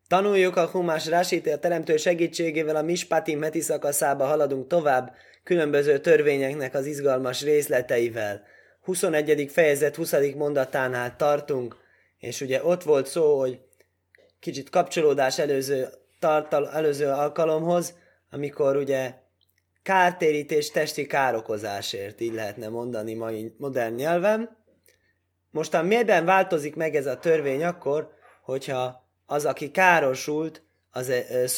Tanuljuk a Humás Rásít, a teremtő segítségével a Mispatim heti szakaszába haladunk tovább, különböző törvényeknek az izgalmas részleteivel. 21. fejezet 20. mondatánál tartunk, és ugye ott volt szó, hogy kicsit kapcsolódás előző alkalomhoz, amikor ugye kártérítés testi károkozásért, így lehetne mondani mai modern nyelven. Mostan miért változik meg ez a törvény akkor, hogyha az, aki károsult, az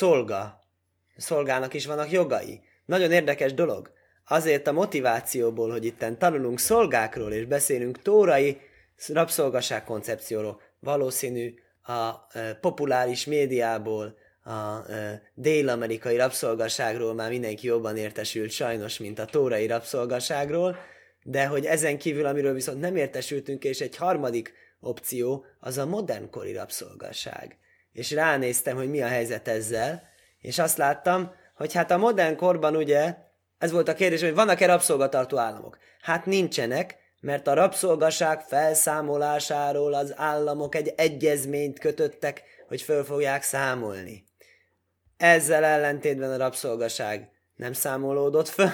szolgának is vannak jogai. Nagyon érdekes dolog. Azért a motivációból, hogy itten tanulunk szolgákról, és beszélünk tórai rabszolgaság koncepcióról, valószínű a populáris médiából, a dél-amerikai rabszolgaságról már mindenki jobban értesült sajnos, mint a tórai rabszolgaságról, de hogy ezen kívül, amiről viszont nem értesültünk, és egy harmadik opció, az a modernkori rabszolgaság. És ránéztem, hogy mi a helyzet ezzel, és azt láttam, hogy hát a modern korban ugye, ez volt a kérdés, hogy vannak-e rabszolgatartó államok? Hát nincsenek, mert a rabszolgaság felszámolásáról az államok egy egyezményt kötöttek, hogy föl fogják számolni. Ezzel ellentétben a rabszolgaság nem számolódott föl.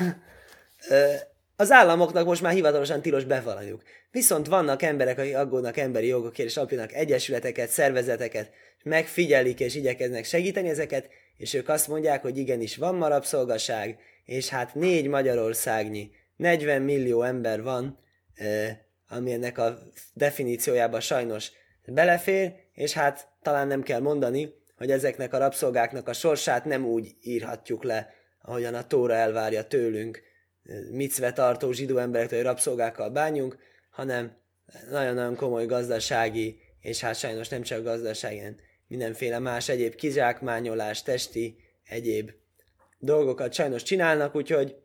Az államoknak most már hivatalosan tilos bevallaniuk. Viszont vannak emberek, akik aggódnak emberi jogokért, és alapítanak egyesületeket, szervezeteket, megfigyelik és igyekeznek segíteni ezeket, és ők azt mondják, hogy igenis van ma rabszolgaság, és hát 4 Magyarországnyi, 40 millió ember van, ami ennek a definíciójába sajnos belefér, és hát talán nem kell mondani, hogy ezeknek a rabszolgáknak a sorsát nem úgy írhatjuk le, ahogyan a Tóra elvárja tőlünk, micve tartó zsidó emberektől, hogy rabszolgákkal bánjunk, hanem nagyon-nagyon komoly gazdasági, és hát sajnos nem csak gazdasági, hanem mindenféle más egyéb kizsákmányolás, testi, egyéb dolgokat sajnos csinálnak, úgyhogy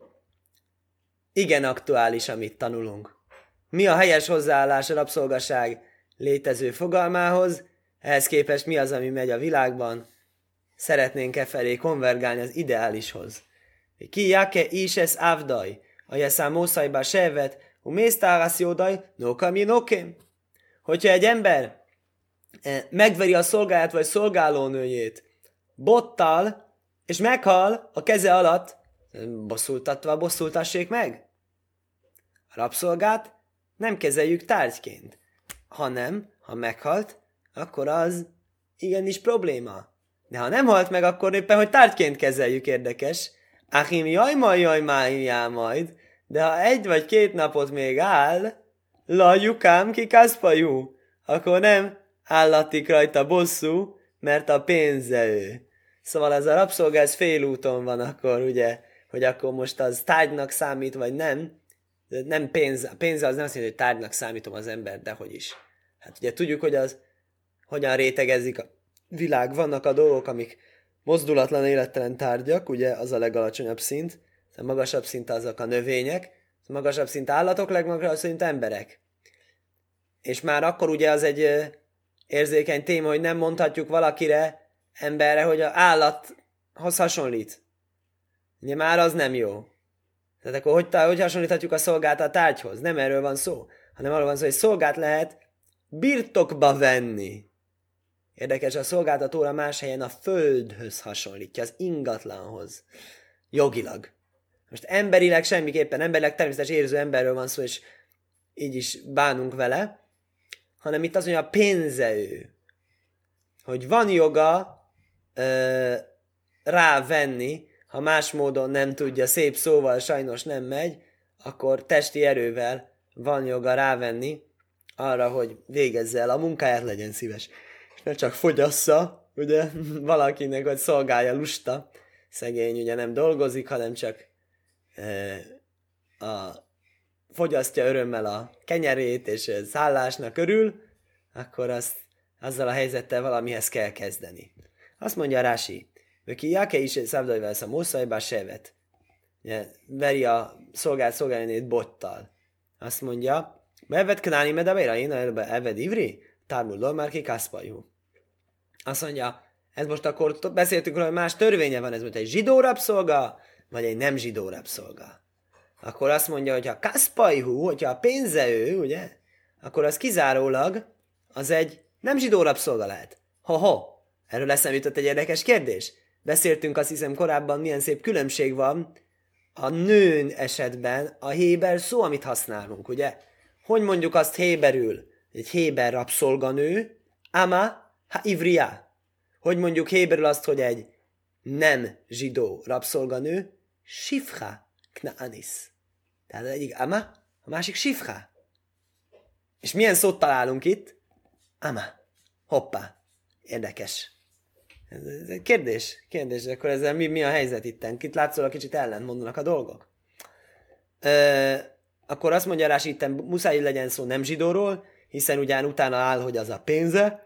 igen aktuális, amit tanulunk. Mi a helyes hozzáállás a rabszolgaság létező fogalmához, ehhez képest mi az, ami megy a világban, szeretnénk-e felé konvergálni az ideálishoz. Ki jake is ez avdaj, a jeszám mószajba sevet, mésztárasz jódaj, nokami nokem. Hogyha egy ember megveri a szolgáját vagy szolgálónőjét bottal, és meghal a keze alatt, bosszultassék meg. A rabszolgát nem kezeljük tárgyként, hanem, ha meghalt, akkor az igenis probléma. De ha nem halt meg, akkor éppen, hogy tárgyként kezeljük, érdekes. Achim, jaj, majd, de ha 1 vagy 2 napot még áll, lajukám ki kaszpajú, akkor nem állatik rajta bosszú, mert a pénze ő. Szóval ez a rabszolga, ez félúton van akkor, ugye, hogy akkor most az tárgynak számít, vagy nem. De nem pénz, a pénze az nem azt jelenti, hogy tárgynak számítom az ember, de hogy is. Hát ugye tudjuk, hogy az hogyan rétegezik a világ. Vannak a dolgok, amik mozdulatlan, élettelen tárgyak, ugye az a legalacsonyabb szint, a magasabb szint azok a növények, a magasabb szint állatok, legmagasabb szint emberek. És már akkor ugye az egy érzékeny téma, hogy nem mondhatjuk valakire, emberre, hogy az állathoz hasonlít. Ugye már az nem jó. Tehát akkor hogy hasonlíthatjuk a szolgát a tárgyhoz? Nem erről van szó, hanem arról van szó, hogy szolgát lehet birtokba venni. Érdekes, a szolgát a Tóra más helyen a földhöz hasonlítja, az ingatlanhoz. Jogilag. Most emberileg semmiképpen, emberileg természetes érző emberről van szó, és így is bánunk vele, hanem itt az, hogy a pénze ő. Hogy van joga rávenni, ha más módon nem tudja, szép szóval sajnos nem megy, akkor testi erővel van joga rávenni arra, hogy végezze el a munkáját, legyen szíves. És ne csak fogyassza, ugye, valakinek, hogy szolgálja lusta. Szegény ugye nem dolgozik, hanem csak fogyasztja örömmel a kenyerét, és szállásnak örül, akkor azzal a helyzettel valamihez kell kezdeni. Azt mondja Rási, ki jake is szabdaj vesz a mószajba sevet. Veri a szolgálónét bottal. Azt mondja, bevet knáni medavéra, én elved ivri? Tármuldor már ki kaszpajú. Azt mondja, ez most akkor beszéltünk róla, hogy más törvénye van, ez most egy zsidó rabszolga, vagy egy nem zsidó rabszolga. Akkor azt mondja, hogy ha kaszpajhú, hogyha a pénze ő, ugye, akkor az kizárólag az egy nem zsidó rabszolga lehet. Ho-ho. Erről eszembe jutott egy érdekes kérdés. Beszéltünk azt hiszem korábban, milyen szép különbség van a nőn esetben a héber szó, amit használunk, ugye? Hogy mondjuk azt héberül? Egy héber rabszolganő, ama ha ivriá. Hogy mondjuk héberül azt, hogy egy nem zsidó rabszolganő, sifha knaanis. Tehát egyik ama, a másik sifha. És milyen szót találunk itt? Ama. Hoppá. Érdekes. Ez egy kérdés, akkor ezzel mi a helyzet itten? Itt látszólag kicsit ellent mondanak a dolgok. Akkor azt mondja Rási, itten muszáj, hogy legyen szó nem zsidóról, hiszen ugyan utána áll, hogy az a pénze.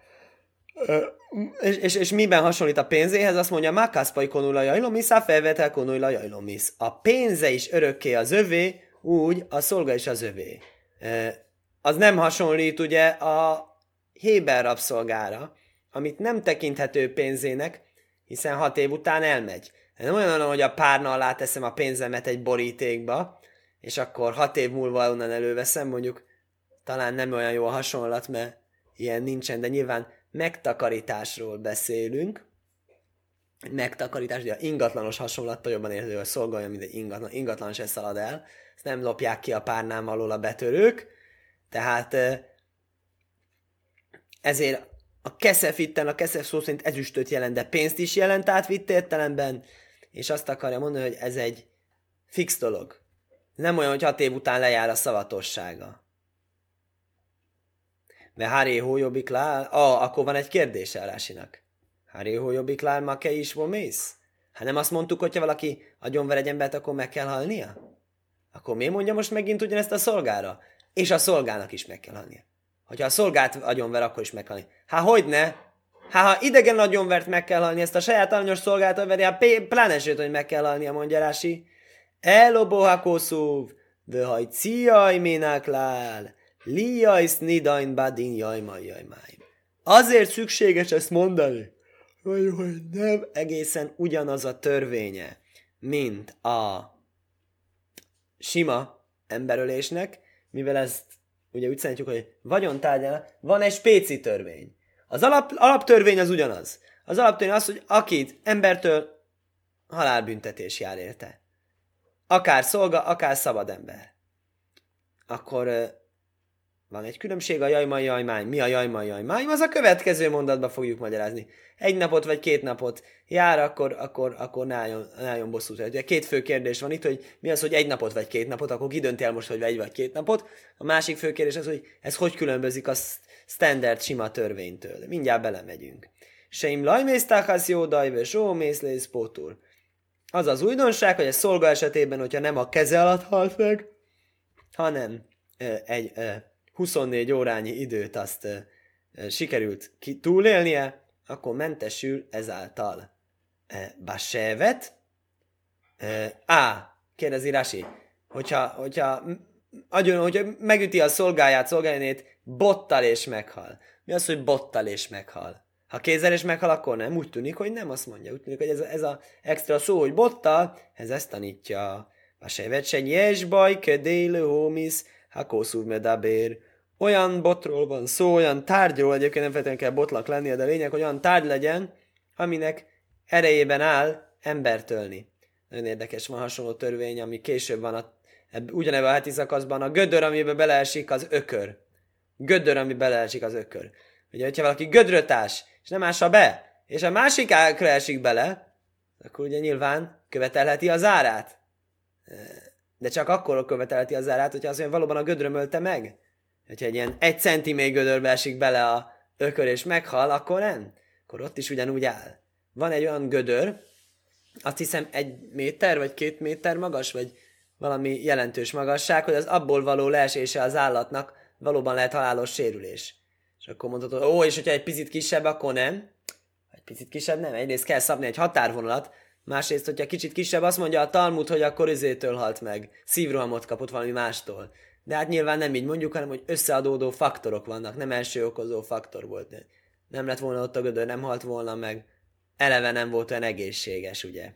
És miben hasonlít a pénzéhez? Azt mondja, mákászpai konula jajlomisz, a felvetel konula jajlomisz. A pénze is örökké az övé, úgy a szolga is az övé. Az nem hasonlít ugye a héber rabszolgára, amit nem tekinthető pénzének, hiszen 6 év után elmegy. Nem olyan, hogy a párna alá teszem a pénzemet egy borítékba, és akkor 6 év múlva onnan előveszem, mondjuk talán nem olyan jó a hasonlat, mert ilyen nincsen, de nyilván megtakarításról beszélünk. Megtakarítás, ugye ingatlanos hasonlattal jobban érhető, hogy szolgálja, mint egy ingatlan se szalad el. Ezt nem lopják ki a párnám alól a betörők. Tehát ezért a keszef itten, a keszef szó szerint ezüstöt jelent, de pénzt is jelent átvitt értelemben, és azt akarja mondani, hogy ez egy fix dolog. Nem olyan, hogy 6 év után lejár a szavatossága. Mert Haré hójobbik lál, akkor van egy kérdés Rásinak. Haré hójobbik lál, ma ke is mész? Hát nem azt mondtuk, hogyha valaki agyonver egy embert, akkor meg kell halnia? Akkor miért mondja most megint ugyanezt a szolgára? És a szolgának is meg kell halnia. Hogyha a szolgát agyonver, akkor is meg kell halni. Hogyne? Ha idegen agyonvert meg kell halni, ezt a saját aranyos szolgáltat veri, pláne sőt, hogy meg kell halnia, mondja Rási. Elobohakószúv, de haj ciaj ménáklál, liajsz nidain badin jajmaj. Azért szükséges ezt mondani, hogy nem egészen ugyanaz a törvénye, mint a sima emberölésnek, mivel ezt ugye úgy szeretjük, hogy vagyontárgyalás, van egy spéci törvény. Az alaptörvény az ugyanaz. Az alaptörvény az, hogy akit embertől halálbüntetés jár érte. Akár szolga, akár szabad ember. Akkor van egy különbség a jajmaj. Mi a jajmaj? Az a következő mondatban fogjuk magyarázni. 1 napot vagy 2 napot jár, akkor ne álljon bosszút. Ugye 2 fő kérdés van itt, hogy mi az, hogy 1 napot vagy 2 napot, akkor ki dönti el most, hogy 1 vagy 2 napot. A másik fő kérdés az, hogy ez hogy különbözik a standard sima törvénytől. De mindjárt belemegyünk. Seim lajmésztáhász jó dajve, só mészlész pótur. Az az újdonság, hogy a szolga esetében, hogyha nem a keze alatt halt meg, hanem egy 24 órányi időt azt sikerült túlélnie, akkor mentesül ezáltal Basevet. Kérdezi Rási, hogyha megüti a szolgájánét bottal és meghal. Mi az, hogy bottal és meghal? Ha kézzel és meghal, akkor nem. Úgy tűnik, hogy nem azt mondja. Úgy tűnik, hogy ez az extra szó, hogy bottal, ez ezt tanítja. Basevet se nyes baj, kedéle homisz, ha kószúv medabér. Olyan botról van szó, olyan tárgyról, egyébként nem feltétlenül kell botnak lennie, de lényeg, hogy olyan tárgy legyen, aminek erejében áll embert ölni. Nagyon érdekes, van hasonló törvény, ami később van ugyanebben a heti szakaszban, a gödör, amiben beleesik az ökör. Gödör, ami beleesik az ökör. Ugye, hogyha valaki gödröt ás, és nem ássa be, és a másik ákra esik bele, akkor ugye nyilván követelheti az árát. De csak akkor követelheti az árát, hogyha azt mondja, valóban a gödröm ölte meg. Hogyha egy ilyen 1 centiméter gödörbe esik bele a ökör és meghal, akkor nem. Akkor ott is ugyanúgy áll. Van egy olyan gödör, azt hiszem 1 méter vagy 2 méter magas, vagy valami jelentős magasság, hogy az abból való leesése az állatnak valóban lehet halálos sérülés. És akkor mondhatod, és hogyha egy picit kisebb, akkor nem. Egy picit kisebb nem. Egyrészt kell szabni egy határvonalat, másrészt, hogyha kicsit kisebb, azt mondja a Talmud, hogy akkor üzétől halt meg. Szívrohamot kapott valami mástól. De hát nyilván nem így mondjuk, hanem hogy összeadódó faktorok vannak, nem első okozó faktor volt. Nem lett volna ott a gödör, nem halt volna meg. Eleve nem volt olyan egészséges, ugye.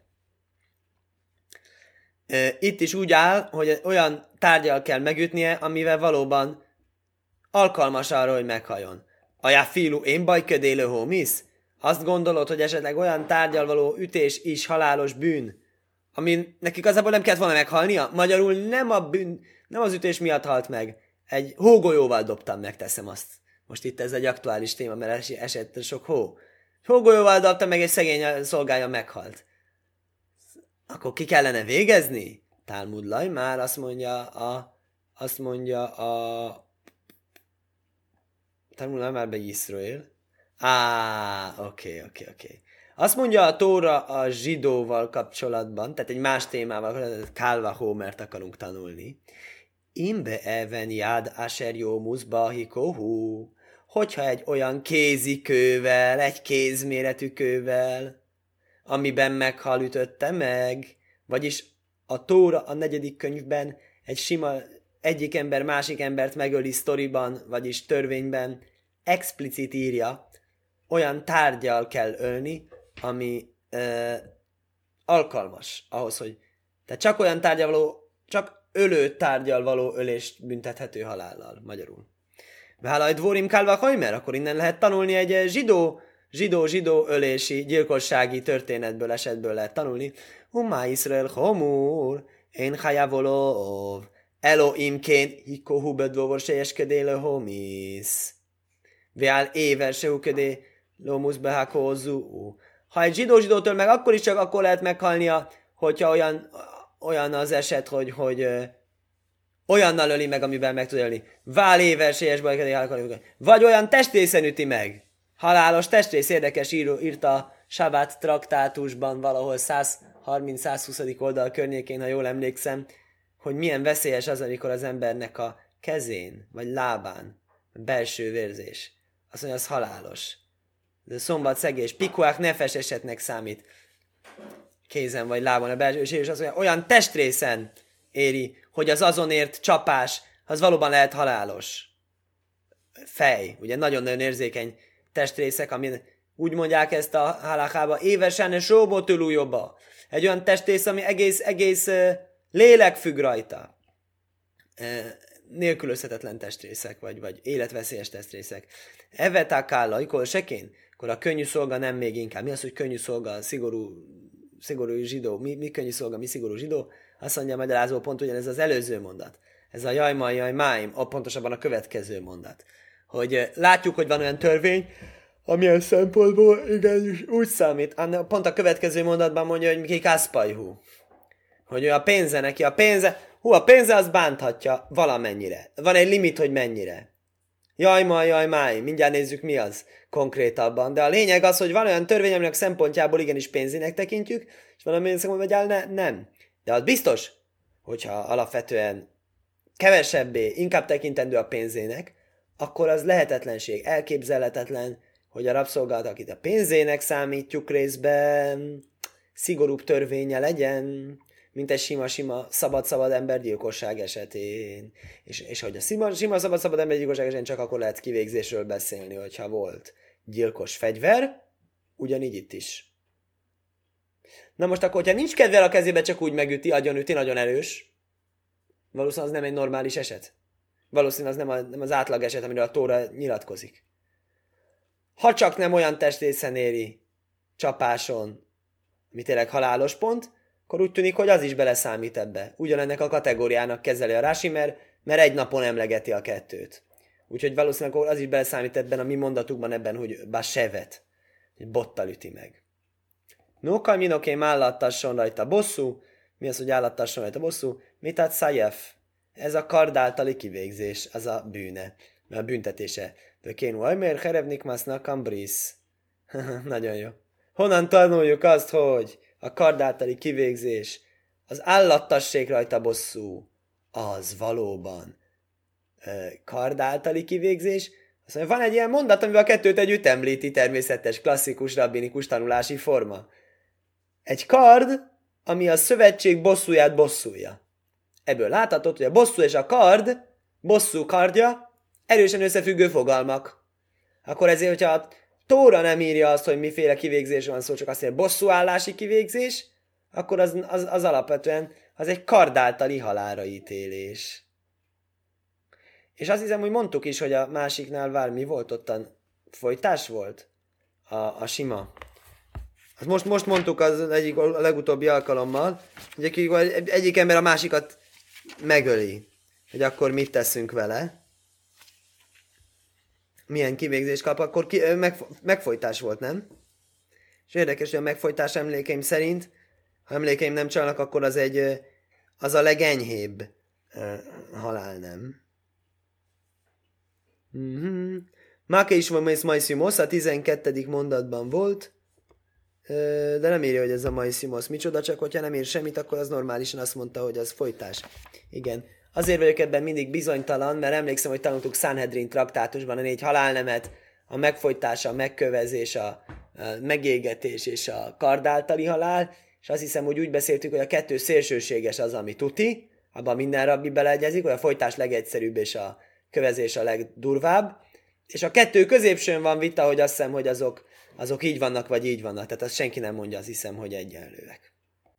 Itt is úgy áll, hogy olyan tárgyal kell megütnie, amivel valóban alkalmas arra, hogy meghaljon. Ajá filu, én bajködélő homisz? Azt gondolod, hogy esetleg olyan tárgyal való ütés is halálos bűn, ami neki igazából nem kellett volna meghalnia? Magyarul nem az ütés miatt halt meg. Egy hógolyóval dobtam meg, teszem azt. Most itt ez egy aktuális téma, mert esett sok hó. Hógolyóval dobtam meg, és szegény szolgája meghalt. Akkor ki kellene végezni? Talmud Lajmár azt mondja a Talmud Lajmár be Iszrael. Oké. Azt mondja a Tóra a zsidóval kapcsolatban, tehát egy más témával, Kálva Hómert akarunk tanulni. Imbe even jád asher jómusz bahikohu. Hogyha egy olyan kézikővel, egy kézméretű kővel, amiben meghal ütötte meg, vagyis a Tóra a 4. könyvben egy sima egyik ember másik embert megöli sztoriban, vagyis törvényben explicit írja, olyan tárgyal kell ölni, ami alkalmas ahhoz, hogy tehát csak olyan tárgyal való, csak ölő tárgyal való ölést büntethető halállal, magyarul. Válaj dvorim kálva hajmer, akkor innen lehet tanulni egy zsidó ölési, gyilkossági történetből, esetből lehet tanulni. Humá Iszrael homur, én hajavolov, Elohimkén hikohu bedvovor sejeskedé le homisz. Veál éver seukedé lomusz behákózú. Ha egy zsidótől meg akkor is csak akkor lehet meghalnia, hogyha olyan az eset, hogy olyannal öli meg, amiben meg tud ölni. Vál éver sejeskedé, vagy olyan testrészen üti meg. Halálos testrész, érdekes írta a Sabát traktátusban valahol 130-120. oldal környékén, ha jól emlékszem, hogy milyen veszélyes az, amikor az embernek a kezén, vagy lábán belső vérzés. Azt mondja, az halálos. De szombat szegés, pikuák nefes esetnek számít. Kézen vagy lábon a belső vérzés, és azt mondja, olyan testrészen éri, hogy az azonért csapás, az valóban lehet halálos. Fej, ugye nagyon-nagyon érzékeny testrészek, amin úgy mondják ezt a halakába, évesen sóbotülújobba. Egy olyan testrész, ami egész lélek függ rajta. Nélkülözhetetlen testrészek, vagy életveszélyes testrészek. Evetákálla, ikor sekén, akkor a könnyű szolga nem még inkább. Mi az, hogy könnyű szolga, szigorú zsidó? Mi könnyű szolga, mi szigorú zsidó? Azt mondja a magyarázó pont, ugyanez az előző mondat. Ez a jajmáim, pontosabban a következő mondat. Hogy látjuk, hogy van olyan törvény, amilyen szempontból igenis úgy számít. Pont a következő mondatban mondja, hogy ki kászpajhú. Hogy a pénze neki, a pénze az bánthatja valamennyire. Van egy limit, hogy mennyire. Jajmáj, mindjárt nézzük mi az konkrétabban. De a lényeg az, hogy van olyan törvény, aminek szempontjából igenis pénzének tekintjük, és van olyan szempontjából, hogy nem. De az biztos, hogyha alapvetően kevesebbé, inkább tekintendő a pénzének, akkor az lehetetlenség, elképzelhetetlen, hogy a rabszolgálat, akit a pénzének számítjuk részben, szigorúbb törvénye legyen, mint egy sima szabad embergyilkosság esetén. És hogy a sima szabad embergyilkosság esetén csak akkor lehet kivégzésről beszélni, hogyha volt gyilkos fegyver, ugyanígy itt is. Na most akkor, hogyha nincs kedvel a kezébe, csak úgy megüti, agyonüti, nagyon erős, valószínűleg az nem egy normális eset. Valószínűleg az nem az átlag eset, amiről a Tóra nyilatkozik. Ha csak nem olyan testrészen éri csapáson, ami tényleg halálos pont, akkor úgy tűnik, hogy az is beleszámít ebbe. Ugyanennek a kategóriának kezeli a Rási, mert egy napon emlegeti a kettőt. Úgyhogy valószínűleg az is beleszámít ebben a mi mondatukban ebben, hogy basevet, hogy bottal üti meg. Nókal minokém állattasson rajta bosszú. Mi az, hogy állattasson rajta bosszú? Mit ad szajef? Ez a kard általi kivégzés, az a bűne, a büntetése. De kénu ajmér herevnik másznak ambris. Nagyon jó. Honnan tanuljuk azt, hogy a kard általi kivégzés, az állattassék rajta bosszú, az valóban kard általi kivégzés? Azt mondja, van egy ilyen mondat, amivel a kettőt együtt említi, természetes, klasszikus, rabbinikus tanulási forma. Egy kard, ami a szövetség bosszúját bosszúja. Ebből láthatod, hogy a bosszú és a kard, bosszú kardja, erősen összefüggő fogalmak. Akkor ezért, hogyha a Tóra nem írja azt, hogy miféle kivégzés van szó, csak azt mondja, bosszúállási kivégzés, akkor az alapvetően az egy kard általi halálra ítélés. És azt hiszem, hogy mondtuk is, hogy a másiknál mi volt, ottan folytás volt. a sima. Most mondtuk az egyik a legutóbbi alkalommal, hogy egyik ember a másikat megöli. Hogy akkor mit teszünk vele. Milyen kivégzést kap, akkor megfojtás volt, nem? És érdekes, hogy a megfojtás emlékeim szerint, ha emlékeim nem csalnak, akkor az a legenyhébb halál, nem? Máke is van Majszimosz, a 12. mondatban volt, de nem írja, hogy ez a Majszimosz micsoda, csak hogyha nem ír semmit, akkor az normálisan azt mondta, hogy az folytás. Igen. Azért vagyok ebben mindig bizonytalan, mert emlékszem, hogy tanultuk Sanhedrin traktátusban a 4 halálnemet, a megfojtás, a megkövezés, a megégetés és a kard általi halál, és azt hiszem, hogy úgy beszéltük, hogy a 2 szélsőséges az, ami tuti, abban minden rabbi beleegyezik, hogy a folytás legegyszerűbb és a kövezés a legdurvább, és a 2 középsőn van vita, hogy azt hiszem, hogy azok így vannak, vagy így vannak, tehát azt senki nem mondja, azt hiszem, hogy egyenlőek.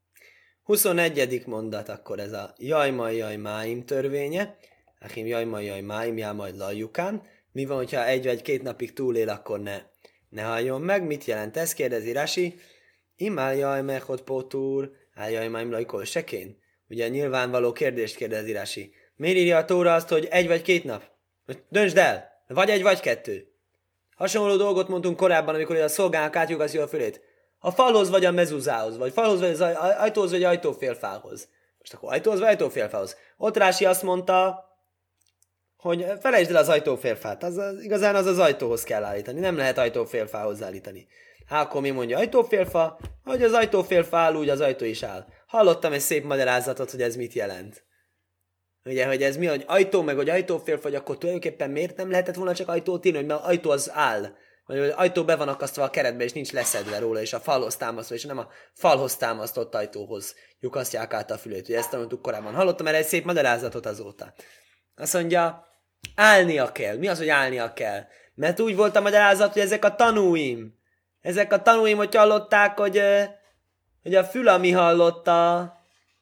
21. mondat, akkor ez a jaj máim törvénye. Achim jaj máim, já majd lajjukán. Mi van, hogyha 1 vagy 2 napig túlél, akkor ne halljon meg. Mit jelent ez? Kérdezi Rasi. Imál jaj mechot potúr, jaj máim lajkol sekén. Ugye nyilvánvaló kérdést kérdezi Rasi. Miért írja a Tóra azt, hogy 1 vagy 2 nap? Döntsd el! Vagy 1 vagy 2. Hasonló dolgot mondtunk korábban, amikor a szolgának átjugasztja a fülét. A falhoz vagy a mezúzához, vagy falhoz vagy az ajtóhoz vagy ajtófélfához. Most akkor ajtóhoz vagy ajtófélfához. Ott Rási azt mondta, hogy felejtsd el az ajtófélfát. Igazán az ajtóhoz kell állítani. Nem lehet ajtófélfához állítani. Akkor mi mondja ajtófélfa, hogy az ajtófélfa áll, úgy az ajtó is áll. Hallottam egy szép magyarázatot, hogy ez mit jelent. Ugye, hogy ez mi, hogy ajtó meg hogy ajtófélfa, vagy akkor tulajdonképpen miért nem lehetett volna csak ajtót írni, hogy mert ajtó az áll. Vagy az ajtó be van akasztva a keretbe, és nincs leszedve róla, és a falhoz támasztva, és nem a falhoz támasztott ajtóhoz lyukasztják át a fülét. Ugye ezt tanultuk korábban. Hallottam erre egy szép magyarázatot azóta. Azt mondja, állnia kell. Mi az, hogy állnia kell? Mert úgy volt a magyarázat, hogy ezek a tanúim, hogy hallották, hogy a fül, ami hallotta,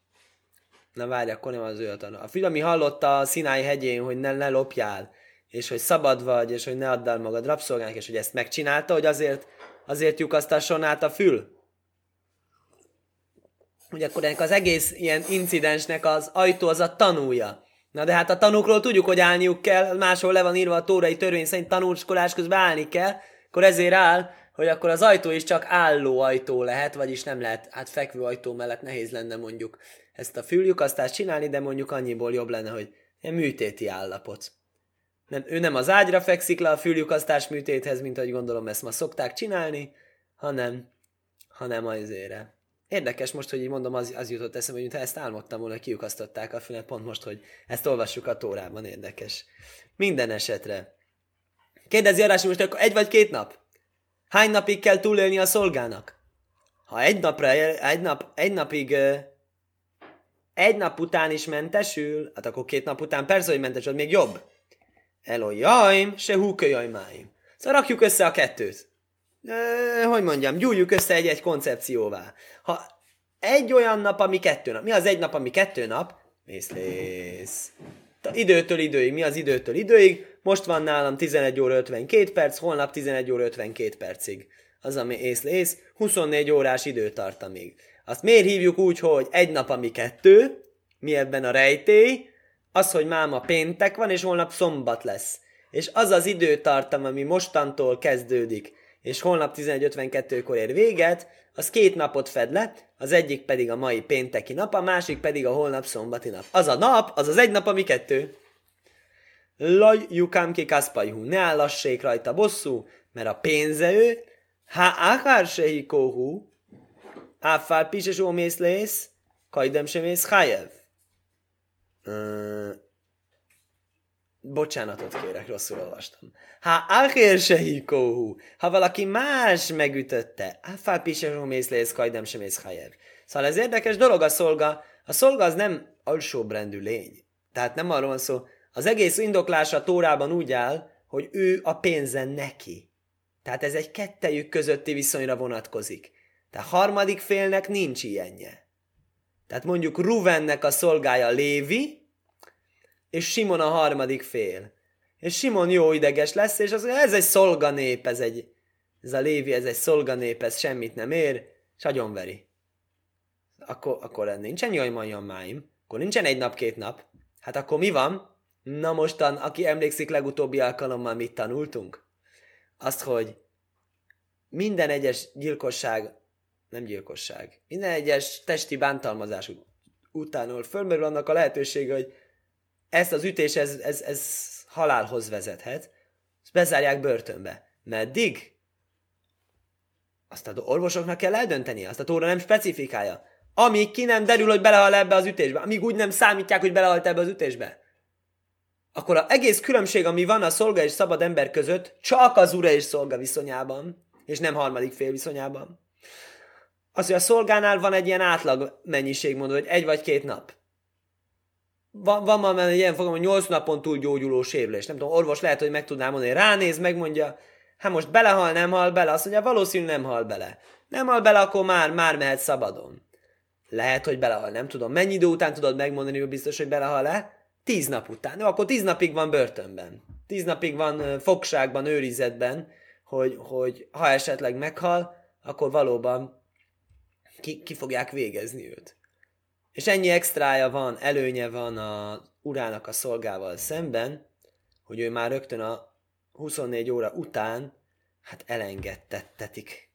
na várj, akkor nem az ő a tanú. A fül, ami hallotta a Szináj hegyén, hogy ne lopjál, és hogy szabad vagy, és hogy ne add el magad rabszolgának, és hogy ezt megcsinálta, hogy azért lyukasztasson át a fül. Ugye akkor ennek az egész ilyen incidensnek az ajtó az a tanúja. Na de hát a tanúkról tudjuk, hogy állniuk kell, máshol le van írva a tórai törvény szerint tanúskodás közben állni kell, akkor ezért áll, hogy akkor az ajtó is csak álló ajtó lehet, vagyis nem lehet, hát fekvő ajtó mellett nehéz lenne mondjuk ezt a füllyukasztást csinálni, de mondjuk annyiból jobb lenne, hogy ilyen műtéti állapot. Ő nem az ágyra fekszik le a füllyukasztás műtéthez, mint ahogy gondolom ezt ma szokták csinálni, hanem azért. Érdekes most, hogy így mondom, az jutott eszembe, hogy mintha ezt álmodtam volna, kiukasztották a fület, pont most, hogy ezt olvassuk a Tórában, érdekes. Minden esetre. Kérdezi Arási, most akkor 1 vagy 2 nap? Hány napig kell túlélni a szolgának? Ha egy nap után is mentesül, hát akkor 2 nap után persze, hogy mentesül, még jobb. Elojjaim, se húköjajmáim. Szóval rakjuk össze a 2-t. Hogy mondjam, gyújjuk össze egy koncepcióvá. Ha egy olyan nap, ami 2 nap. Mi az egy nap, ami 2 nap? Mészlész. Időtől időig. Mi az időtől időig? Most van nálam 11 óra 52 perc, holnap 11 óra 52 percig. Az, ami észlész, 24 órás idő tart amíg. Azt miért hívjuk úgy, hogy egy nap, ami 2? Mi ebben a rejtély? Az, hogy máma péntek van, és holnap szombat lesz. És az az időtartam, ami mostantól kezdődik, és holnap 11:52-kor ér véget, az 2 napot fed le, az egyik pedig a mai pénteki nap, a másik pedig a holnap szombati nap. Az a nap, az egy nap, ami 2. Laj jukám ki kaszpajhú, ne állassék rajta bosszú, mert a pénze ő, ha akár sehi kóhú, áfár pises ómész lész, kajdem sem ész hájev. Bocsánatot kérek, rosszul olvastam. Ha áhér sehi kóhú, ha valaki más megütötte, áfár pises ómész lész, kajdem sem ész hájev. Szóval ez érdekes dolog a szolga. A szolga az nem alsóbrendű lény. Tehát nem arról van szó. Az egész indoklása a Tórában úgy áll, hogy ő a pénze neki. Tehát ez egy kettejük közötti viszonyra vonatkozik. Tehát harmadik félnek nincs ilyenje. Tehát mondjuk Ruvennek a szolgája Lévi, és Simon a harmadik fél. És Simon jó ideges lesz, és az mondja, ez egy szolganép, ez ez a Lévi, ez egy szolganép, ez semmit nem ér, és agyonveri. Akkor nincsen jaj máim, akkor nincsen egy nap, 2 nap. Hát akkor mi van? Na mostan, aki emlékszik, legutóbbi alkalommal mit tanultunk? Azt, hogy minden egyes minden egyes testi bántalmazás utánul fölmerül annak a lehetősége, hogy ezt az ütés, ez halálhoz vezethet, ezt bezárják börtönbe. Meddig? Azt az orvosoknak kell eldönteni, azt a Tóra nem specifikálja. Amíg ki nem derül, hogy belehal ebbe az ütésbe, amíg úgy nem számítják, hogy belehalt ebbe az ütésbe. Akkor az egész különbség, ami van a szolga és szabad ember között, csak az ura és szolga viszonyában, és nem harmadik fél viszonyában. Az, hogy a szolgánál van egy ilyen átlag mennyiség, mondod, hogy 1 vagy 2 nap. Van már egy ilyen fogom, hogy 8 napon túl gyógyuló sérülés. Nem tudom, orvos lehet, hogy meg tudná mondani, ránéz, megmondja, hát most belehal, nem hal bele. Azt mondja, valószínűleg nem hal bele. Nem hal bele, akkor már mehet szabadon. Lehet, hogy belehal, nem tudom. Mennyi idő után tudod megmondani, hogy biztos, hogy belehal-e? 10 nap után. Jó, akkor 10 napig van börtönben. 10 napig van fogságban, őrizetben, hogy ha esetleg meghal, akkor valóban ki fogják végezni őt. És ennyi extrája van, előnye van az urának a szolgával szemben, hogy ő már rögtön a 24 óra után elengedtettetik.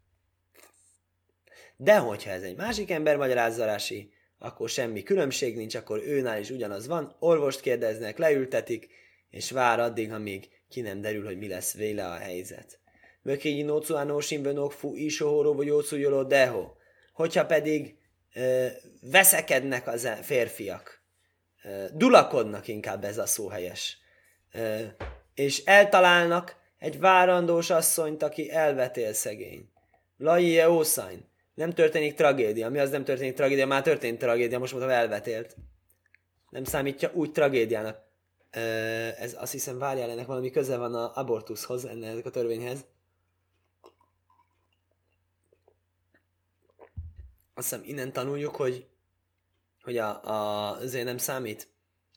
De hogyha ez egy másik ember, magyarázza Rási, akkor semmi különbség nincs, akkor őnál is ugyanaz van, orvost kérdeznek, leültetik, és vár addig, amíg ki nem derül, hogy mi lesz véle a helyzet. Mökényi nócuánó simbenok fu isohoró vagy jócújoló deho. Hogyha pedig veszekednek az férfiak, dulakodnak, inkább ez a szó helyes, és eltalálnak egy várandós asszonyt, aki elvetél szegény. Lajie ószain. Nem történik tragédia. Mi az nem történik tragédia? Már történt tragédia, most mondtam elvetélt. Nem számítja úgy tragédiának. Ez azt hiszem, várjál, ennek valami köze van az abortuszhoz, ennek a törvényhez. Azt hiszem, innen tanuljuk, hogy azért nem számít.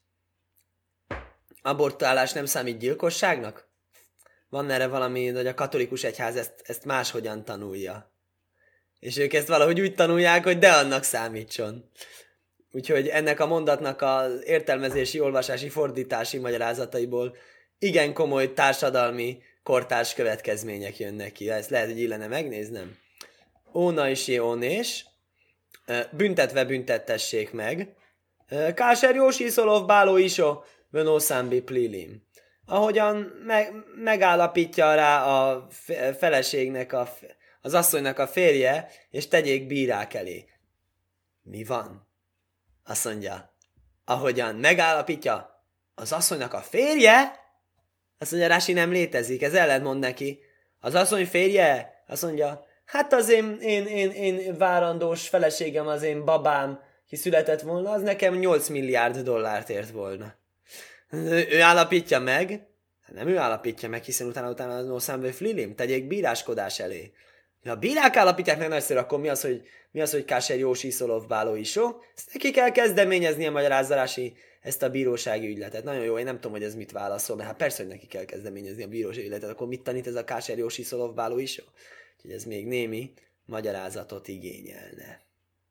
Abortálás nem számít gyilkosságnak? Van erre valami, hogy a katolikus egyház ezt máshogyan tanulja. És ők ezt valahogy úgy tanulják, hogy de annak számítson. Úgyhogy ennek a mondatnak az értelmezési, olvasási, fordítási magyarázataiból igen komoly társadalmi, kortárs következmények jönnek ki. Ezt lehet, hogy illene megnéznem. Óna is ónés, büntetve büntettessék meg. Káser Jósi Szolov Báló Iso, Vönó Számbi Plilim. Ahogyan megállapítja rá a feleségnek, az asszonynak a férje, és tegyék bírák elé. Mi van? Azt mondja, ahogyan megállapítja az asszonynak a férje, azt mondja, Rási nem létezik, ez ellentmond neki. Az asszony férje, azt mondja, hát az én várandós feleségem, az én babám, ki született volna, az nekem 8 milliárd dollárt ért volna. Ő állapítja meg, nem ő állapítja meg, hiszen utána az nószámbe flilim, tegyék bíráskodás elé. Ha a bírák állapítják meg nagyszerű, akkor mi az, hogy Káser Jósi Szolov Báló Isó? Ezt neki kell kezdeményezni a magyarázzalási ezt a bírósági ügyletet. Nagyon jó, én nem tudom, hogy ez mit válaszol, mert hát persze, hogy neki kell kezdeményezni a bírósági ügyletet, akkor mit tanít ez a Káser Jósi Szolov Báló Isó? Úgyhogy ez még némi magyarázatot igényelne.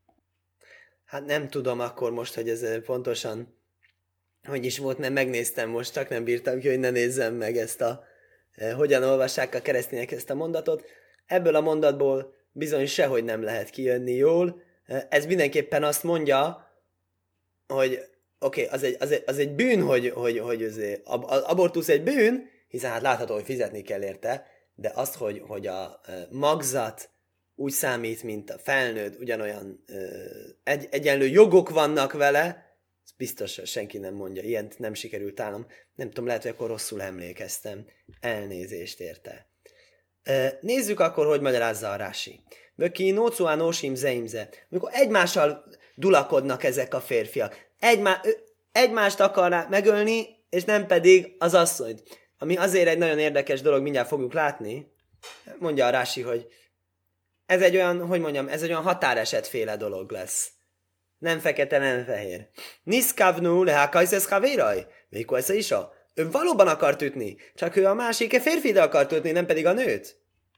Hát nem tudom akkor most, hogy ez pontosan hogy is volt, nem megnéztem most, csak nem bírtam ki, hogy ne nézzem meg ezt hogyan olvassák a keresztények ezt a mondatot. Ebből a mondatból bizony sehogy nem lehet kijönni jól. Ez mindenképpen azt mondja, hogy oké, az egy bűn, hogy az abortusz egy bűn, hiszen hát látható, hogy fizetni kell érte, de azt, hogy a magzat úgy számít, mint a felnőtt, ugyanolyan egyenlő jogok vannak vele, ez biztos senki nem mondja. Ilyent nem sikerült állnom. Nem tudom, lehet, hogy akkor rosszul emlékeztem. Elnézést érte. Nézzük akkor, hogy magyarázza a Rási. Böki nócuá nósim zeimze. Amikor egymással dulakodnak ezek a férfiak. Egymást akarnak megölni, és nem pedig az asszonyt. Ami azért egy nagyon érdekes dolog, mindjárt fogjuk látni. Mondja a Rási, hogy ez egy olyan határesetféle dolog lesz. Nem fekete, nem fehér. Niszkavnu lehákajszesz havéraj. Mikor ez is a? Ő valóban akart ütni, csak ő a másik férfit akart ütni, nem pedig a nőt.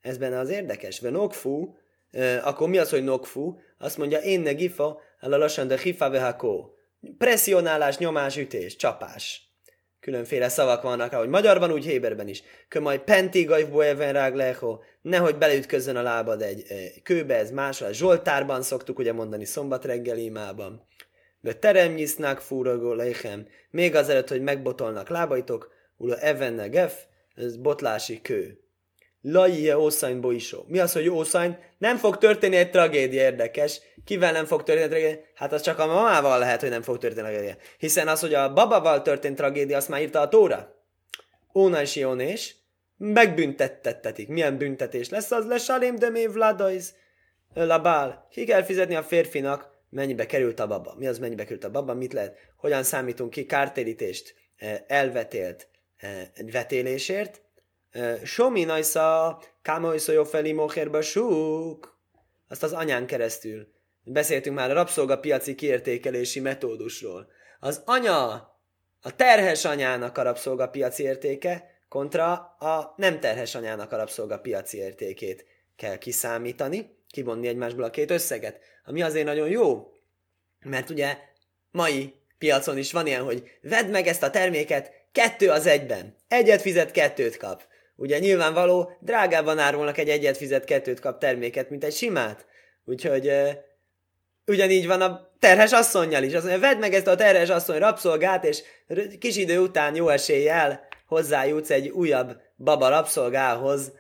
Ez benne az érdekes. Ve nokfu, akkor mi az, hogy nokfu? Azt mondja, én ne gifa, el a lassan de hifa vehakó. Presszionálás, nyomás, ütés, csapás. Különféle szavak vannak, ahogy magyarban, úgy héberben is. Majd pentigaj boeven rágleho, nehogy beleütközzön a lábad egy kőbe, ez más, a Zsoltárban szoktuk ugye mondani szombat reggeli imában. De teremnyisznak fúragó lechem, még azelőtt, hogy megbotolnak lábaitok, ula evenne gef, ez botlási kő. Lajje ószány boisó. Mi az, hogy ószány? Nem fog történni egy tragédia, érdekes. Kivel nem fog történni tragédia? Hát az csak a mamával lehet, hogy nem fog történni tragédia. Hiszen az, hogy a babával történt tragédia, azt már írta a Tóra. Ónás jónés, megbüntettetik. Milyen büntetés lesz az? Lesalém de mév vladajz labál. Ki kell fizetni a férfinak, mennyibe került a baba. Mi az, mennyibe került a baba? Mit lehet? Hogyan számítunk ki kártérítést elvetélt vetélésért? Somi najsza, kámajszó jó felé moherba súk. Azt az anyán keresztül. Beszéltünk már a rabszolgapiaci kiértékelési metódusról. Az anya, a terhes anyának a rabszolgapiaci értéke, kontra a nem terhes anyának a rabszolgapiaci értékét kell kiszámítani, kivonni egymásból a két összeget. Ami azért nagyon jó, mert ugye mai piacon is van ilyen, hogy vedd meg ezt a terméket 2:1. Egyet fizet, 2 kap. Ugye nyilvánvaló, drágában árulnak egy egyet fizet, 2 kap terméket, mint egy simát. Úgyhogy ugyanígy van a terhes asszonnyal is. Azt mondja, vedd meg ezt a terhes asszony rabszolgát, és kis idő után jó eséllyel hozzájutsz egy újabb baba rabszolgához,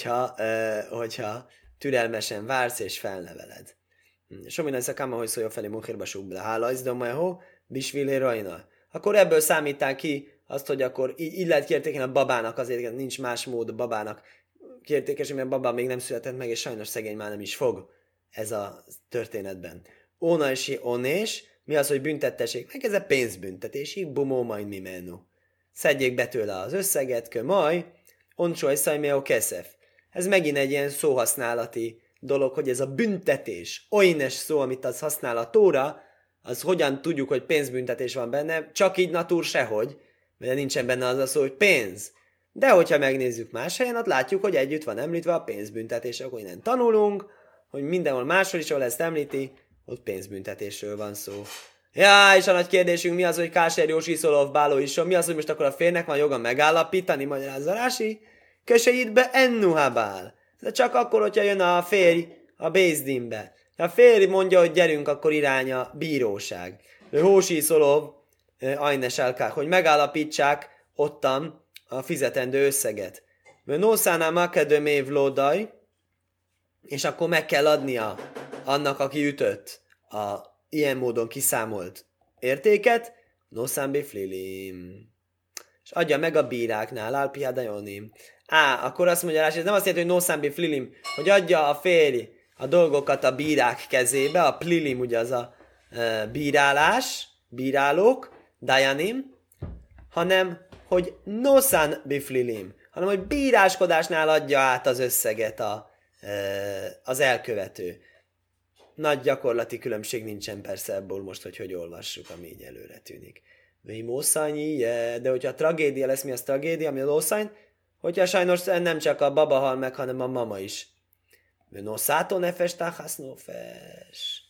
hogyha türelmesen vársz és felneveled. Somin ez a kama, hogy szólja felé munkérba súbla. Hála ez domaho, bisvilé rajna. Akkor ebből számítál ki azt, hogy akkor így lehet kiértékelni a babának, azért nincs más mód a babának kiértékelni, mert a baba még nem született meg, és sajnos szegény már nem is fog ez a történetben. Ónaisi onés, mi az, hogy büntettessék? Meg ez a pénzbüntetési, bumó majd mi menü. Szedjék be tőle az összeget, kömaj, oncsoj szajméo keszef. Ez megint egy ilyen szóhasználati dolog, hogy ez a büntetés, olynes szó, amit az használ a Tóra, az hogyan tudjuk, hogy pénzbüntetés van benne, csak így natúr sehogy, mert nincsen benne az a szó, hogy pénz. De hogyha megnézzük más helyen, ott látjuk, hogy együtt van említve a pénzbüntetés, akkor innen tanulunk, hogy mindenhol máshol is, ahol ezt említi, ott pénzbüntetésről van szó. Ja, és a nagy kérdésünk mi az, hogy Káser Jósi Szolov Báló is, mi az, hogy most akkor a férnek van joga megállapítani, magyarázza Rási, kösejít be ennuhabál. De csak akkor, hogyha jön a férj a Bézdinbe. Ha a férj mondja, hogy gyerünk, akkor irány a bíróság. Hósi Szolov, Ajnes Elkák, hogy megállapítsák ottan a fizetendő összeget. Nószánál makedömév lódaj, és akkor meg kell adnia annak, aki ütött a ilyen módon kiszámolt értéket, nószán flilim. És adja meg a bíráknál, álpihádajonim. Akkor azt mondja rá, ez nem azt jelenti, hogy nószán flilim, hogy adja a férj a dolgokat a bírák kezébe, a plilim ugye az a bírálás, bírálók, dajanim, hanem, hogy nószán biflilim, hanem, hogy bíráskodásnál adja át az összeget az elkövető. Nagy gyakorlati különbség nincsen persze ebből most, hogy olvassuk, ami így előre tűnik. De hogyha tragédia lesz, mi az tragédia, ami az ószány, hogyha sajnos nem csak a baba hal meg, hanem a mama is. Noszátó nefes táhász nofes.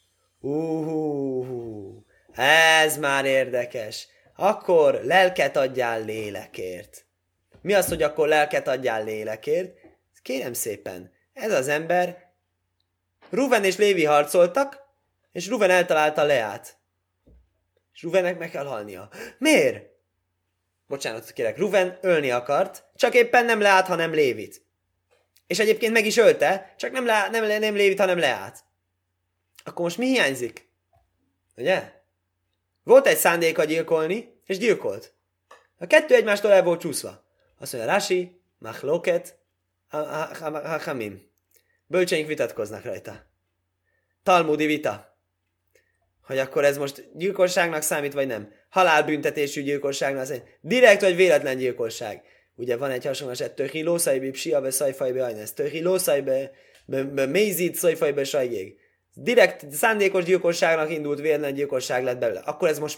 Ez már érdekes. Akkor lelket adjál lélekért. Mi az, hogy akkor lelket adjál lélekért? Kérem szépen, ez az ember, Ruven és Lévi harcoltak, és Ruven eltalálta Leát. És Ruvennek meg kell halnia. Miért? Bocsánat, kérek, Ruven ölni akart, csak éppen nem Leát, hanem Lévit. És egyébként meg is ölte, csak nem Lévit, hanem Leát. Akkor most mi hiányzik? Ugye? Volt egy szándéka gyilkolni, és gyilkolt. A kettő egymástól el volt csúszva. Azt mondja, Rási, Machloket, Hamim. Bölcseink vitatkoznak rajta. Talmudi vita. Hogy akkor ez most gyilkosságnak számít, vagy nem. Halálbüntetésű gyilkosságnak számít. Direkt vagy véletlen gyilkosság. Ugye van egy hasonló eset, Töhi lószajbe psiabe szajfajbe ajnesz. Töhi lószajbe mézít szajfajbe sajgég. Direkt szándékos gyilkosságnak indult, véletlen gyilkosság lett belőle. Akkor ez most mi?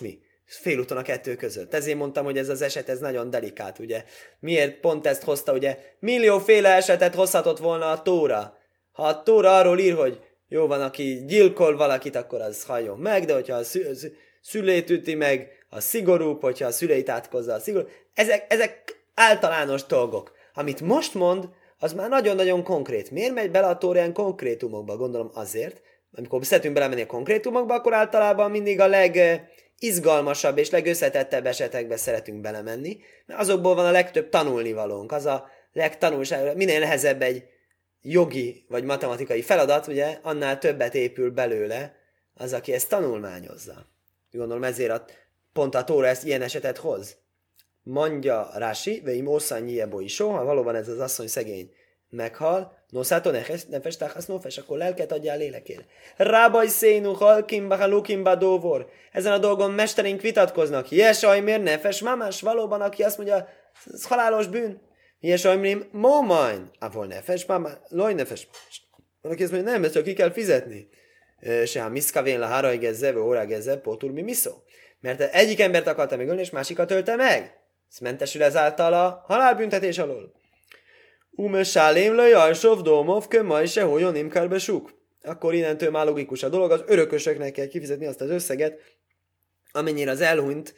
félúton a kettő között. Ezért mondtam, hogy ez az eset, ez nagyon delikát, ugye. Miért pont ezt hozta, ugye? Millióféle esetet hozhatott volna a Tóra. Ha a Tóra arról ír, hogy jó van, aki gyilkol valakit, akkor az halljon meg, de hogyha a szülét üti meg, a szigorúbb, hogyha a szüleit átkozza a szigorú. Ezek általános dolgok. Amit most mond, az már nagyon-nagyon konkrét. Miért megy bele a Tóra ilyen konkrétumokba? Gondolom azért, amikor szeretünk belemenni a konkrétumokba, akkor általában mindig a legizgalmasabb és legösszetettebb esetekbe szeretünk belemenni, mert azokból van a legtöbb tanulnivalónk. Az a legtanulság, minél nehezebb egy jogi vagy matematikai feladat, ugye, annál többet épül belőle az, aki ezt tanulmányozza. Gondolom ezért pont a Tóra ezt ilyen esetet hoz. Mondja Rási, veim osszanyjébo is, ha valóban ez az asszony szegény meghal, noszátó nefes táhasz nofes, akkor lelket adjál lélekére. Rábaj szénu halkim bahalukim badóvor. Ezen a dolgon mesterink vitatkoznak. Jesaj, miért nefes mamás? Valóban, aki azt mondja, ez halálos bűn. Jesaj, miért momajn? Avol nefes mamás? Loj nefes. Valaki azt mondja, nem, ezt csak ki kell fizetni. Se ha miszkavén la hárai gezze, vagy órá gezze, potur mi miszó. Mert egyik embert akarta megölni, és másikat ölte meg. Ez mentesül ezáltal a halálbüntetés alól. Umesálém le jajsov domov kömmaj se hogyan imkárbe suk. Akkor innentől már logikus a dolog, az örökösöknek kell kifizetni azt az összeget, amennyit az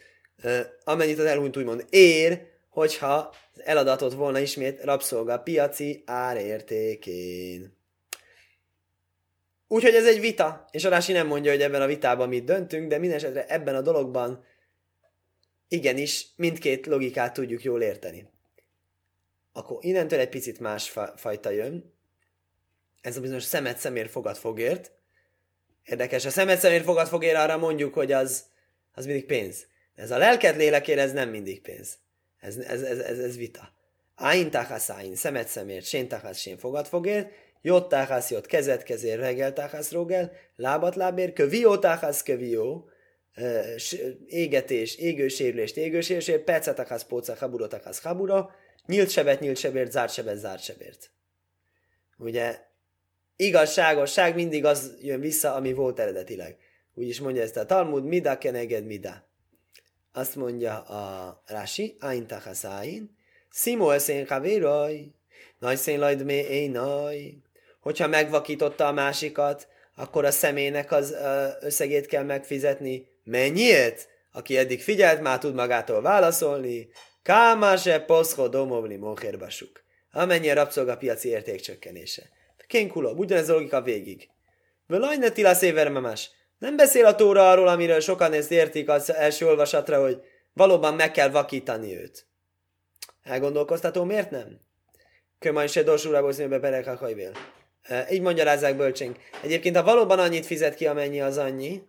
elhunyt úgymond ér, hogyha eladatott volna ismét rabszolga piaci árértékén. Úgyhogy ez egy vita, és a Rási nem mondja, hogy ebben a vitában mit döntünk, de mindesetre ebben a dologban igenis mindkét logikát tudjuk jól érteni. Akkor innentől egy picit más fajta jön. Ez a bizonyos szemet szemér fogad fogért. Érdekes, a szemet szemér fogad fogér, arra mondjuk, hogy az mindig pénz. Ez a lelket lélekére, ez nem mindig pénz. Ez vita. Áin táhász áin, szemet szemért, sén táhász sén fogad fogért, jott táhász jott, kezet kezér, regel táhász rogel, lábat lábér, kövió táhász kövió, égetés, égősérülést, perce táhász póca, haburo táhász haburo, nyílt sebért, zárt sebért. Ugye, igazságosság mindig az jön vissza, ami volt eredetileg. Úgy is mondja ezt a Talmud, mida keneged mida. Azt mondja a Rási, áin tachasz áin, szimo eszén havéraj, nagy szén lajd mé éjnaj. Hogyha megvakította a másikat, akkor a személynek az összegét kell megfizetni. Mennyiért? Aki eddig figyelt, már tud magától válaszolni. Kámáse poszho domovli mohérbasuk. Amennyi a rabszolgapiaci értékcsökkenése. Kénkulog, ugyanez a logika végig. Völajne tila szévermemás. Nem beszél a Tóra arról, amiről sokan ezt értik az első olvasatra, hogy valóban meg kell vakítani őt. Elgondolkoztató, miért nem? Kömaj se dorsúrából színűbe berekakajvél. Így magyarázzák bölcsénk. Egyébként, ha valóban annyit fizet ki, amennyi az annyi,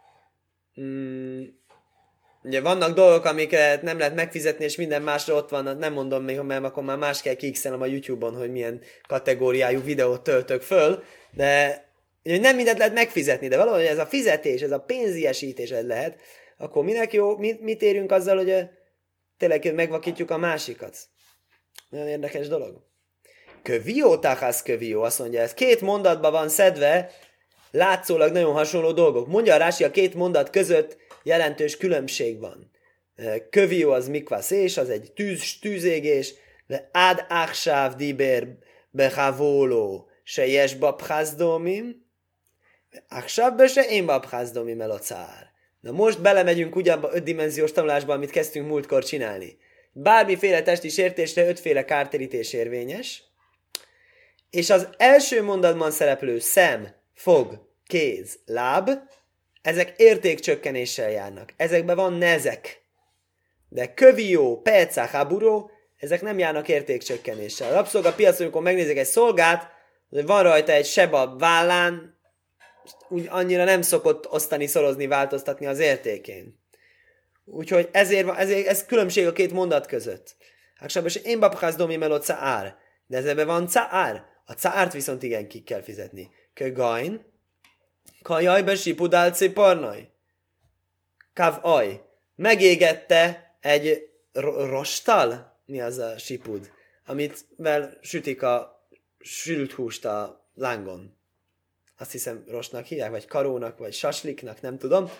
ugye vannak dolgok, amiket nem lehet megfizetni, és minden másra ott van, nem mondom még, mert akkor már más kell kiixelnem a YouTube-on, hogy milyen kategóriájú videót töltök föl, de ugye nem mindent lehet megfizetni, de valahogy ez a fizetés, ez a pénziesítés ez lehet, akkor minek jó, mit érünk azzal, hogy tényleg megvakítjuk a másikat. Nagyon érdekes dolog. Kövió táhász kövió, azt mondja, ez két mondatban van szedve, látszólag nagyon hasonló dolgok. Mondja a Rási, a két mondat között jelentős különbség van. Kövió az mikvaszés, az egy tűzégés, de ád áksáv diber behávóló se jesba pházdómim, áksáv be se én pházdómim el a cár. Na most belemegyünk ugyanabba 5-dimenziós tanulásba, amit kezdtünk múltkor csinálni. Bármiféle testi sértésre 5 kártérítés érvényes, és az első mondatban szereplő szem, fog, kéz, láb, ezek értékcsökkenéssel járnak. Ezekben van nezek. De kövió, perca, haburó, ezek nem járnak értékcsökkenéssel. A rabszolgapiacon, amikor megnézik egy szolgát, hogy van rajta egy seb a vállán, úgy annyira nem szokott osztani, szorozni, változtatni az értékén. Úgyhogy ezért ez különbség a két mondat között. Háksabos én babház domi meló caár. De ezben van caár. A caárt viszont igen ki kell fizetni. Kögain. Kajaj be sipudál ciparnaj. Kav aj. Megégette egy rostal? Mi az a sipud? Amit sütik a sült húst a lángon. Azt hiszem rostnak hívják, vagy karónak, vagy sasliknak, nem tudom.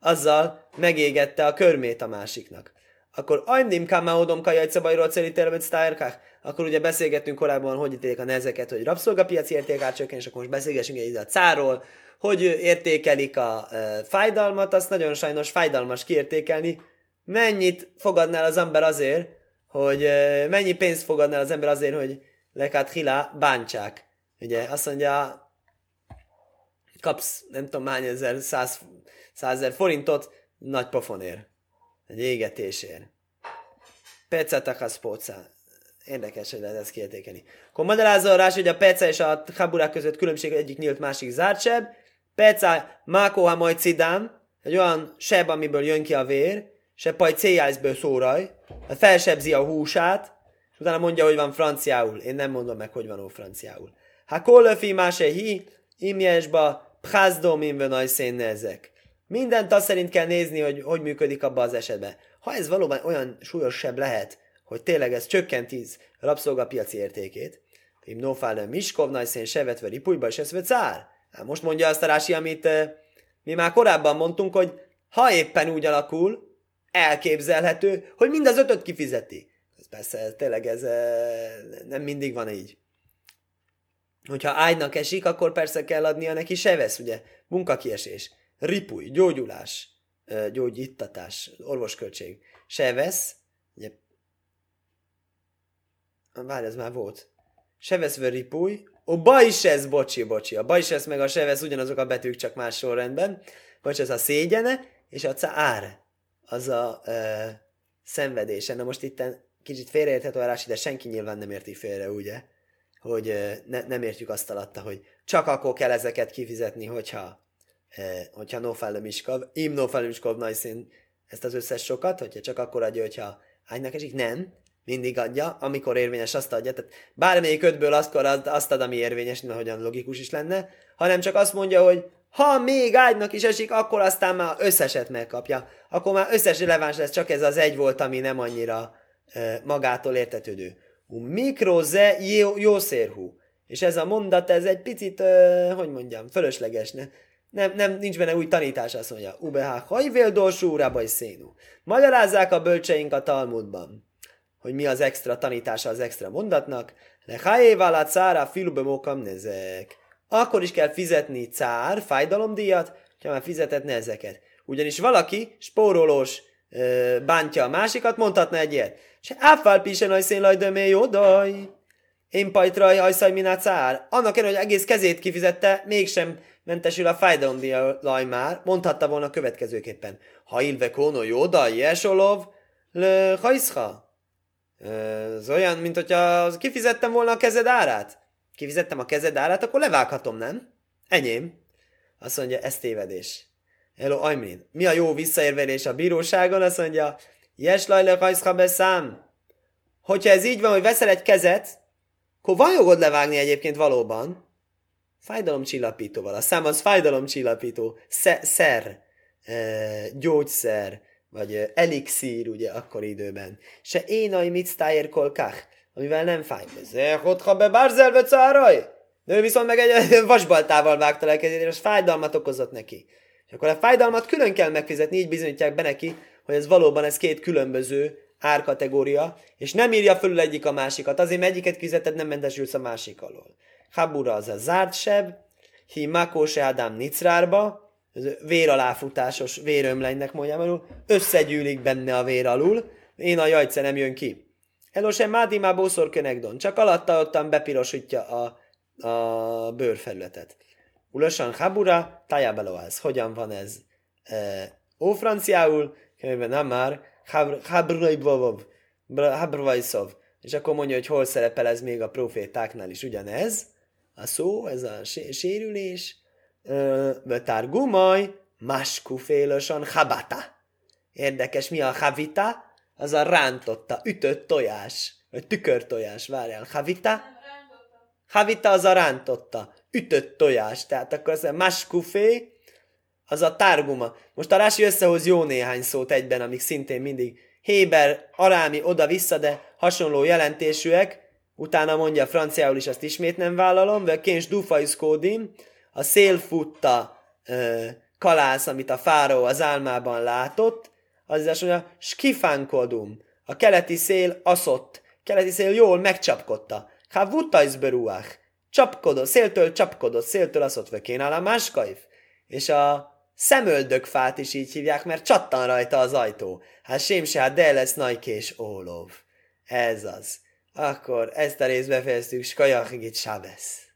azzal megégette a körmét a másiknak. Akkor ajndim kámáodom kajajcabajról celítélmet sztájrkák. Akkor ugye beszélgettünk korábban, hogy ítélik a nezeket, hogy rabszolgapiaci értékátcsökkenés, akkor most beszélgessünk egy a cáról, hogy értékelik a fájdalmat, azt nagyon sajnos fájdalmas kiértékelni. Mennyit fogadnál az ember azért, hogy mennyi pénzt fogadnál az ember azért, hogy lekát hilá bántsák. Ugye azt mondja, kapsz nem tudom hány ezer, 100 000 forintot nagy pofonért. Egy égetésért. Pecetakasz pócá. Érdekes, hogy lehet ezt kiértékeni. Akkor magyarázza rá, hogy a peca és a haburák között különbség egyik nyílt, másik zárt seb. Peca mákóha majd cidám, egy olyan seb, amiből jön ki a vér, se paj céjászből szóraj, felsebzi a húsát, és utána mondja, hogy van franciául. Én nem mondom meg, hogy van franciául. Ha kollöfi máse hi, imjesba pházdom invenaj szénnezek. Mindent azt szerint kell nézni, hogy működik abban az esetben. Ha ez valóban olyan súlyos seb lehet, hogy tényleg ez csökkenti rabszolgapiaci értékét, im nofál miskov najszén sevetve ripújba és eszve cár. Most mondja azt a Rási, amit mi már korábban mondtunk, hogy ha éppen úgy alakul, elképzelhető, hogy mind az 5-öt kifizeti. Ez persze, tényleg ez nem mindig van így. Hogyha ágynak esik, akkor persze kell adnia neki sevesz, ugye? Munkakiesés, ripúj, gyógyulás, gyógyittatás, orvosköltség. Sevesz, ugye? Várj, ez már volt. Seveszve ripúj, a bajsesz, bocsi. A bajsesz meg a sevesz ugyanazok a betűk, csak más sorrendben. Vagy ez a szégyene, és a ár, az a szenvedése. Na most itt kicsit félreérthető a Rási, de senki nyilván nem érti félre, ugye? Hogy nem értjük azt alatta, hogy csak akkor kell ezeket kifizetni, hogyha nofál miskov, im nofál miskov najszín ezt az összes sokat, hogyha csak akkor adja, hogyha ágynak esik. Nem, mindig adja, amikor érvényes azt adja. Tehát bármelyik 5-ből azt ad, ami érvényes, mert hogyan logikus is lenne, hanem csak azt mondja, hogy ha még ágynak is esik, akkor aztán már összeset megkapja. Akkor már összes releváns lesz, csak ez az egy volt, ami nem annyira magától értetődő. Mikroze jószérhú. És ez a mondat, ez egy picit, hogy mondjam, fölösleges. Nincs benne új tanítás, azt mondja. Ubehá hajvél dorsú, rabaj szénú. Magyarázzák a bölcseink a Talmudban, hogy mi az extra tanítása az extra mondatnak. Le hájéválát szára filubemókam nezek. Akkor is kell fizetni fájdalomdíjat, ha már fizetett nezeket. Ugyanis valaki spórolós bántja a másikat, mondhatna egy ilyet. Se áfálpisen ajszén lajdömé jódaj. Én pajtraj ajszaj minát cár. Annak ellenére, hogy egész kezét kifizetette, mégsem mentesül a fájdalomdíjaj már. Mondhatta volna következőképpen. Ha ilve kóno jódaj, jesolov, le hajszha. Ez olyan, mint hogyha kifizettem volna a kezed árát. Kifizettem a kezed árát, akkor levághatom, nem? Enyém. Azt mondja, ez tévedés. Hello, Ajmin. Mi a jó visszaérvelés a bíróságon? Azt mondja, jeslaj hajszha beszám. Hogyha ez így van, hogy veszel egy kezet, akkor van jogod levágni egyébként valóban. Fájdalomcsillapítóval. A szám az fájdalomcsillapító. Szer. Gyógyszer. Vagy elixír, ugye, akkor időben. Se énai mitztáér kolkach, amivel nem fáj. Zehotha be bárzelve cáraj! De ő viszont meg egy vasbaltával vágta le kezét, és fájdalmat okozott neki. És akkor a fájdalmat külön kell megfizetni, így bizonyítják be neki, hogy ez valóban ez két különböző árkategória, és nem írja fölül egyik a másikat. Azért, mert egyiket kifizeted, nem mentesülsz a másik alól. Habura az a zárt seb, hi makóse Ádám nicrárba, véraláfutásos vérömlénynek mondjam, összegyűlik benne a vér alul, én a jajce nem jön ki. Elosem mádimá bószor könegdon, csak alatta ottan bepirosítja a bőrfelületet. Ulosan habura, tájábeloáz. Hogyan van ez? Ófranciául, nem már, habrvajszov. És akkor mondja, hogy hol szerepel ez még a profétáknál is ugyanez. A szó, ez a sérülés. Betárgumaj, maskufélosan habata. Érdekes, mi a havita? Az a rántotta, ütött tojás. Vagy tükörtojás, várjál. Havita? Havita az a rántotta, ütött tojás. Tehát akkor az a maskufé, az a tárguma. Most a Rási összehoz jó néhány szót egyben, amik szintén mindig héber, arámi, oda-vissza, de hasonló jelentésűek. Utána mondja franciául is, azt ismét nem vállalom, de kéns dufajszkódim, a szél futta kalász, amit a fáraó az álmában látott, az azt mondja, skifánkodum, a keleti szél aszott, keleti szél jól megcsapkodta. Ha vutajzberuach, csapkodott, széltől aszott vökén a máskaiv. És a szemöldökfát is így hívják, mert csattan rajta az ajtó. Hát sémse, hát de lesz najkés ólov. Ez az. Akkor ezt a részt befejeztük, skajachigit sábesz.